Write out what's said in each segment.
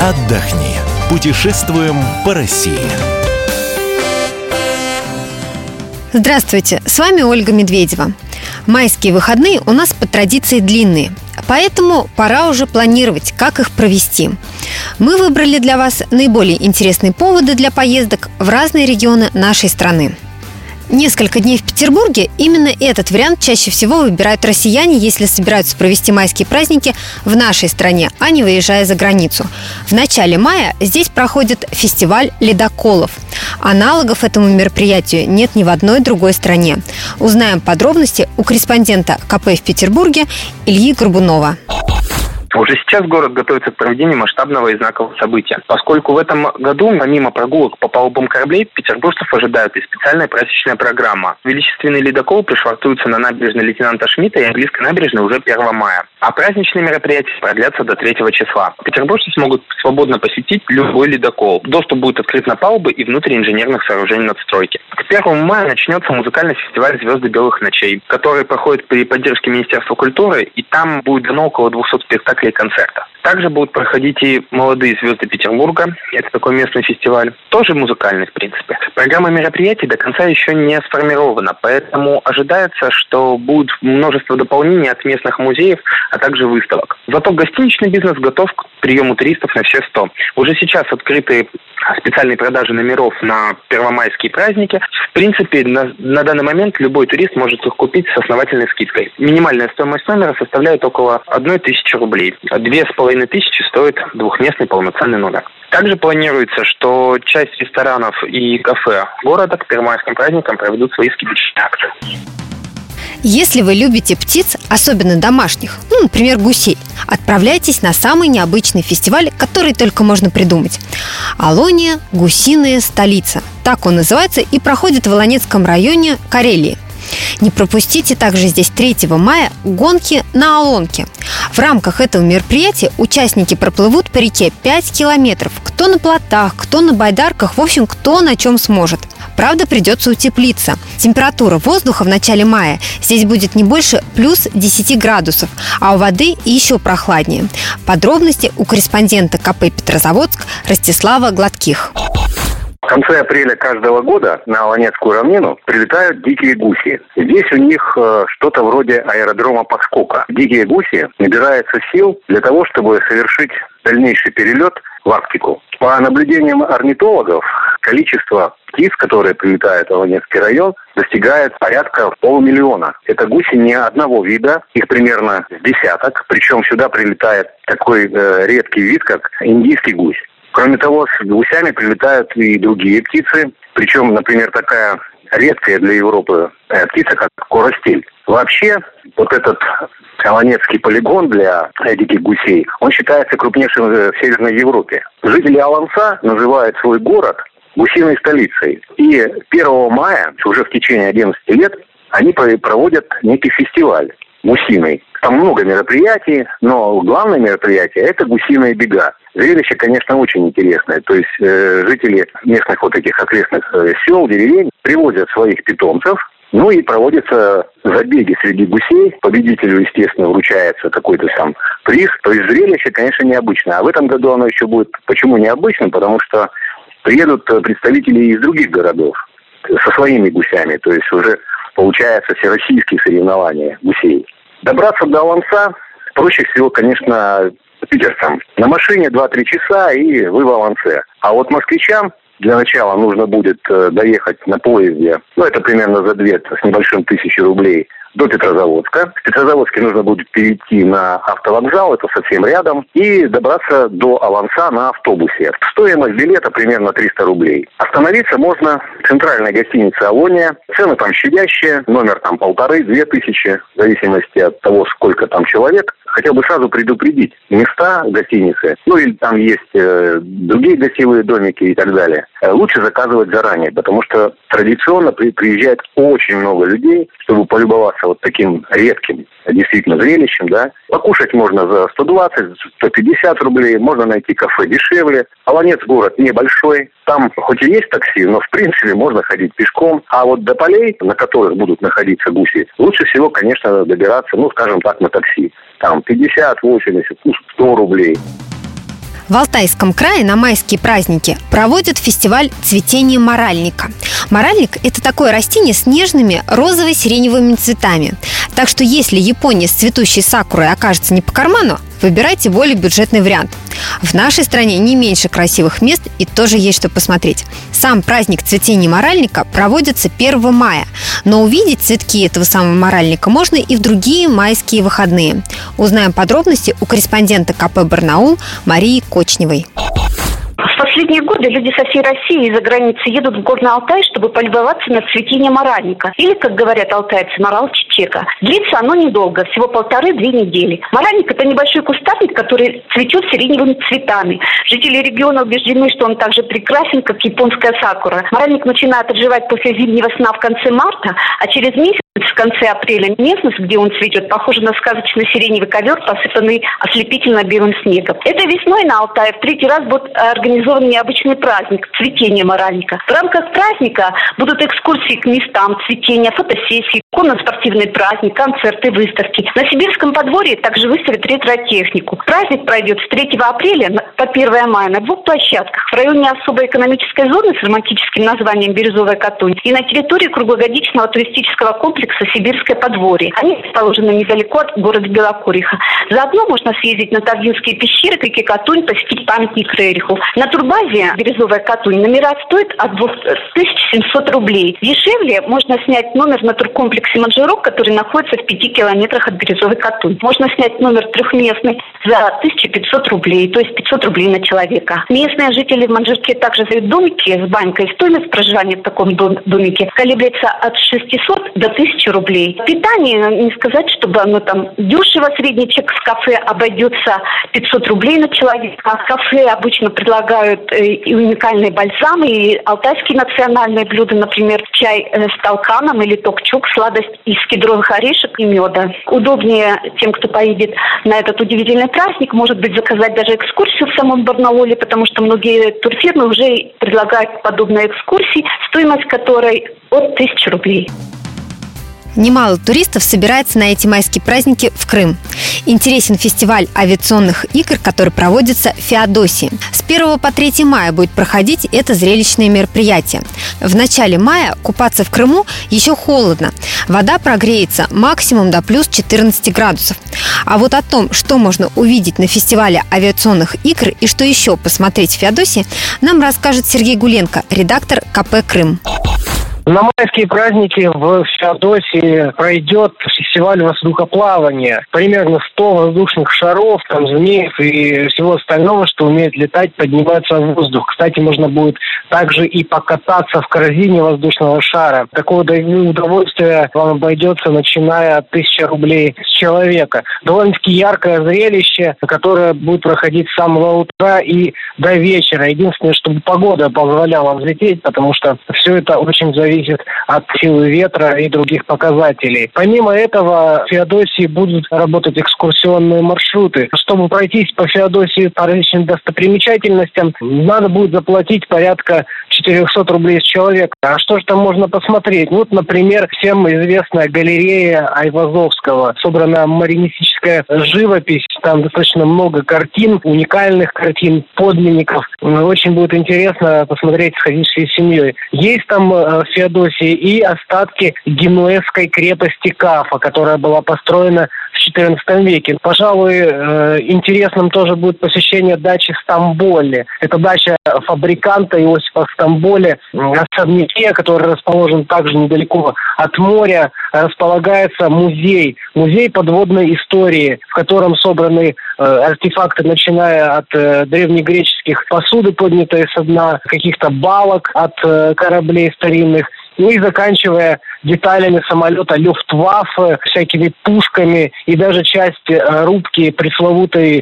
отдохни. Путешествуем по России. Здравствуйте, с вами Ольга Медведева. Майские выходные у нас по традиции длинные, поэтому пора уже планировать, как их провести. Мы выбрали для вас наиболее интересные поводы для поездок в разные регионы нашей страны. Несколько дней в Петербурге – именно этот вариант чаще всего выбирают россияне, если собираются провести майские праздники в нашей стране, а не выезжая за границу. В начале мая здесь проходит фестиваль ледоколов. Аналогов этому мероприятию нет ни в одной другой стране. Узнаем подробности у корреспондента КП в Петербурге Ильи Горбунова. Уже сейчас город готовится к проведению масштабного и знакового события, поскольку в этом году, помимо прогулок по палубам кораблей, петербуржцев ожидает и специальная праздничная программа. Величественные ледоколы пришвартуются на набережной лейтенанта Шмидта и английской набережной уже 1 мая. А праздничные мероприятия продлятся до 3 числа. Петербуржцы смогут свободно посетить любой ледокол. Доступ будет открыт на палубы и внутрь инженерных сооружений надстройки. К 1 мая начнется музыкальный фестиваль «Звезды белых ночей», который проходит при поддержке Министерства культуры, и там будет дано около 200 спектаклей и концертов. Также будут проходить и «Молодые звезды Петербурга». Это такой местный фестиваль. Тоже музыкальный, в принципе. Программа мероприятий до конца еще не сформирована, поэтому ожидается, что будет множество дополнений от местных музеев, а также выставок. Зато гостиничный бизнес готов к приему туристов на все 100. Уже сейчас открыты специальные продажи номеров на первомайские праздники. В принципе, на данный момент любой турист может их купить с основательной скидкой. Минимальная стоимость номера составляет около 1000 рублей. 2500 стоит двухместный полноценный номер. Также планируется, что часть ресторанов и кафе города к первомайским праздникам проведут свои скидочные акции. Если вы любите птиц, особенно домашних, например, гусей, отправляйтесь на самый необычный фестиваль, который только можно придумать. Алония – гусиная столица. Так он называется и проходит в Олонецком районе Карелии. Не пропустите также здесь 3 мая гонки на Олонке. В рамках этого мероприятия участники проплывут по реке 5 километров. Кто на плотах, кто на байдарках, в общем, кто на чем сможет. Правда, придется утеплиться. Температура воздуха в начале мая здесь будет не больше плюс 10 градусов, а у воды еще прохладнее. Подробности у корреспондента КП Петрозаводск Ростислава Гладких. В конце апреля каждого года на Олонецкую равнину прилетают дикие гуси. Здесь у них что-то вроде аэродрома подскока. Дикие гуси набираются сил для того, чтобы совершить дальнейший перелет в Арктику. По наблюдениям орнитологов, количество птиц, которые прилетают в Олонецкий район, достигает порядка 500 000. Это гуси не одного вида, их примерно с десяток. Причем сюда прилетает такой редкий вид, как индийский гусь. Кроме того, с гусями прилетают и другие птицы, причем, например, такая редкая для Европы птица, как коростель. Вообще, вот этот Олонецкий полигон для диких гусей, он считается крупнейшим в Северной Европе. Жители Олонца называют свой город гусиной столицей. И 1 мая, уже в течение 11 лет, они проводят некий фестиваль гусиный. Там много мероприятий, но главное мероприятие – это гусиные бега. Зрелище, конечно, очень интересное. То есть жители местных вот этих окрестных сел, деревень привозят своих питомцев, ну и проводятся забеги среди гусей. Победителю, естественно, вручается какой-то там приз. То есть зрелище, конечно, необычное. А в этом году оно еще будет почему необычным? Потому что приедут представители из других городов со своими гусями. То есть уже получается всероссийские соревнования гусей. Добраться до Олонца проще всего, конечно, питерцам. На машине 2-3 часа, и вы в Олонце. А вот москвичам для начала нужно будет доехать на поезде, это примерно за 2 с небольшим 1000 рублей, до Петрозаводска. В Петрозаводске нужно будет перейти на автовокзал, это совсем рядом, и добраться до Олонца на автобусе. Стоимость билета примерно 300 рублей. Остановиться можно в центральной гостинице «Алония». Цены там щадящие, номер там 1500-2000, в зависимости от того, сколько там человек. Хотел бы сразу предупредить места в гостинице, или там есть другие гостевые домики и так далее. Лучше заказывать заранее, потому что традиционно приезжает очень много людей, чтобы полюбоваться вот таким редким действительно зрелищем, да. Покушать можно за 120-150 рублей, можно найти кафе дешевле. Олонец город небольшой, там хоть и есть такси, но в принципе можно ходить пешком. А вот до полей, на которых будут находиться гуси, лучше всего, конечно, добираться, скажем так, на такси. Там 50, 80, 100 рублей. В Алтайском крае на майские праздники проводят фестиваль цветения моральника. Моральник – это такое растение с нежными розово-сиреневыми цветами. Так что если Япония с цветущей сакурой окажется не по карману, выбирайте более бюджетный вариант. В нашей стране не меньше красивых мест и тоже есть что посмотреть. Сам праздник цветения моральника проводится 1 мая, но увидеть цветки этого самого моральника можно и в другие майские выходные. Узнаем подробности у корреспондента КП «Барнаул» Марии Кочневой. В последние годы люди со всей России из-за границы едут в Горный Алтай, чтобы полюбоваться на цветение моральника. Или, как говорят алтайцы, морал чечека. Длится оно недолго, всего 1,5-2 недели. Моральник – это небольшой кустарник, который цветет сиреневыми цветами. Жители региона убеждены, что он так же прекрасен, как японская сакура. Моральник начинает отживать после зимнего сна в конце марта, а через месяц, в конце апреля, местность, где он цветет, похожа на сказочный сиреневый ковер, посыпанный ослепительно белым снегом. Этой весной на Алтае в 3-й раз будет организован необычный праздник – цветение моральника. В рамках праздника будут экскурсии к местам цветения, фотосессии, конно-спортивный праздник, концерты, выставки. На Сибирском подворье также выставят ретро-технику. Праздник пройдет с 3 апреля по 1 мая на 2 площадках. В районе особой экономической зоны с романтическим названием «Бирюзовая Катунь» и на территории круглогодичного туристического комплекса «Сибирское подворье». Они расположены недалеко от города Белокуриха. Заодно можно съездить на Тавдинские пещеры, к реке Катунь, посетить памятник Рериху. На турбазе «Бирюзовая Катунь» номера стоят от 2700 рублей. Дешевле можно снять номер на туркомплексе «Манжирок», который находится в 5 километрах от «Бирюзовой Катунь». Можно снять номер трехместный за 1500 рублей, то есть 500 рублей на человека. Местные жители в Манжирке также сдают домики с банькой. Стоимость проживания в таком домике колеблется от 600 до 1000 рублей. Питание, не сказать, чтобы оно там дешево. Средний чек в кафе обойдется 500 рублей на человека. В кафе обычно предлагают и уникальные бальзамы, и алтайские национальные блюда, например, чай с толканом или токчук, сладость из кедровых орешек и меда. Удобнее тем, кто поедет на этот удивительный праздник, может быть, заказать даже экскурсию в самом Барнауле, потому что многие турфирмы уже предлагают подобные экскурсии, стоимость которой от 1000 рублей. Немало туристов собирается на эти майские праздники в Крым. Интересен фестиваль авиационных игр, который проводится в Феодосии. С 1 по 3 мая будет проходить это зрелищное мероприятие. В начале мая купаться в Крыму еще холодно. Вода прогреется максимум до плюс 14 градусов. А вот о том, что можно увидеть на фестивале авиационных игр и что еще посмотреть в Феодосии, нам расскажет Сергей Гуленко, редактор КП «Крым». На майские праздники в Феодосии пройдет фестиваль воздухоплавания. Примерно 100 воздушных шаров, там змеев и всего остального, что умеет летать, подниматься в воздух. Кстати, можно будет также и покататься в корзине воздушного шара. Такое удовольствие вам обойдется, начиная от 1000 рублей с человека. Довольно-таки яркое зрелище, которое будет проходить с самого утра и до вечера. Единственное, чтобы погода позволяла взлететь, потому что все это очень зависит от силы ветра и других показателей. Помимо этого, в Феодосии будут работать экскурсионные маршруты. Чтобы пройтись по Феодосии по различным достопримечательностям, надо будет заплатить порядка 400 рублей с человека. А что же там можно посмотреть? Вот, например, всем известная галерея Айвазовского. Собрана марионистическая живопись. Там достаточно много картин, уникальных картин, подлинников. Очень будет интересно посмотреть, сходить всей семьей. Есть там в Феодосии и остатки генуэзской крепости Кафа, которая была построена в XIV веке. Пожалуй, интересным тоже будет посещение дачи в Стамболе. Это дача фабриканта Иосифа в Стамболе. В особняке, который расположен также недалеко от моря, располагается музей. Музей подводной истории, в котором собраны артефакты, начиная от древнегреческих посуды, поднятой со дна, каких-то балок от кораблей старинных, ну и заканчивая деталями самолета Люфтваффе, всякими пушками и даже часть рубки пресловутой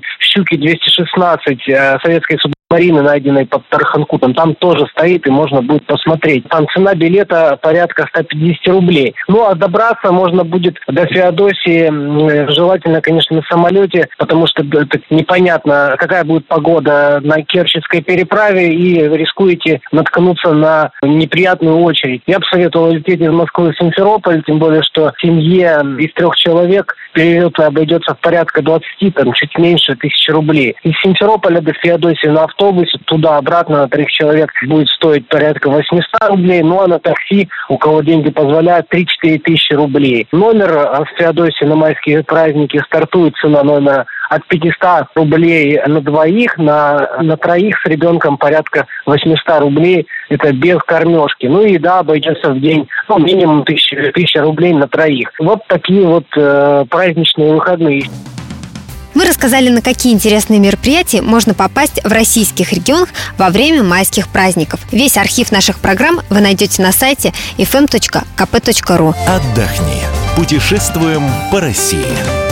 «Щуки-216» советской субмарины, найденной под Тарханкутом. Там тоже стоит и можно будет посмотреть. Там цена билета порядка 150 рублей. Ну а добраться можно будет до Феодосии желательно, конечно, на самолете, потому что это непонятно, какая будет погода на Керченской переправе, и рискуете наткнуться на неприятную очередь. Я бы советовал лететь из Москвы в Симферополь, тем более, что в семье из 3 человек перелет обойдется в порядка 20, чуть меньше 1000 рублей. Из Симферополя до Феодосии на автобусе туда-обратно на 3 человек будет стоить порядка 800 рублей, ну а на такси, у кого деньги позволяют, 3-4 тысячи рублей. Номер с Феодосии на майские праздники стартует цена номера от 500 рублей на двоих, на троих с ребенком порядка 800 рублей. Это без кормежки. Ну и да, обойдется в день минимум 1000 рублей на троих. Вот такие вот праздничные выходные. Мы рассказали, на какие интересные мероприятия можно попасть в российских регионах во время майских праздников. Весь архив наших программ вы найдете на сайте fm.kp.ru. Отдохни. Путешествуем по России.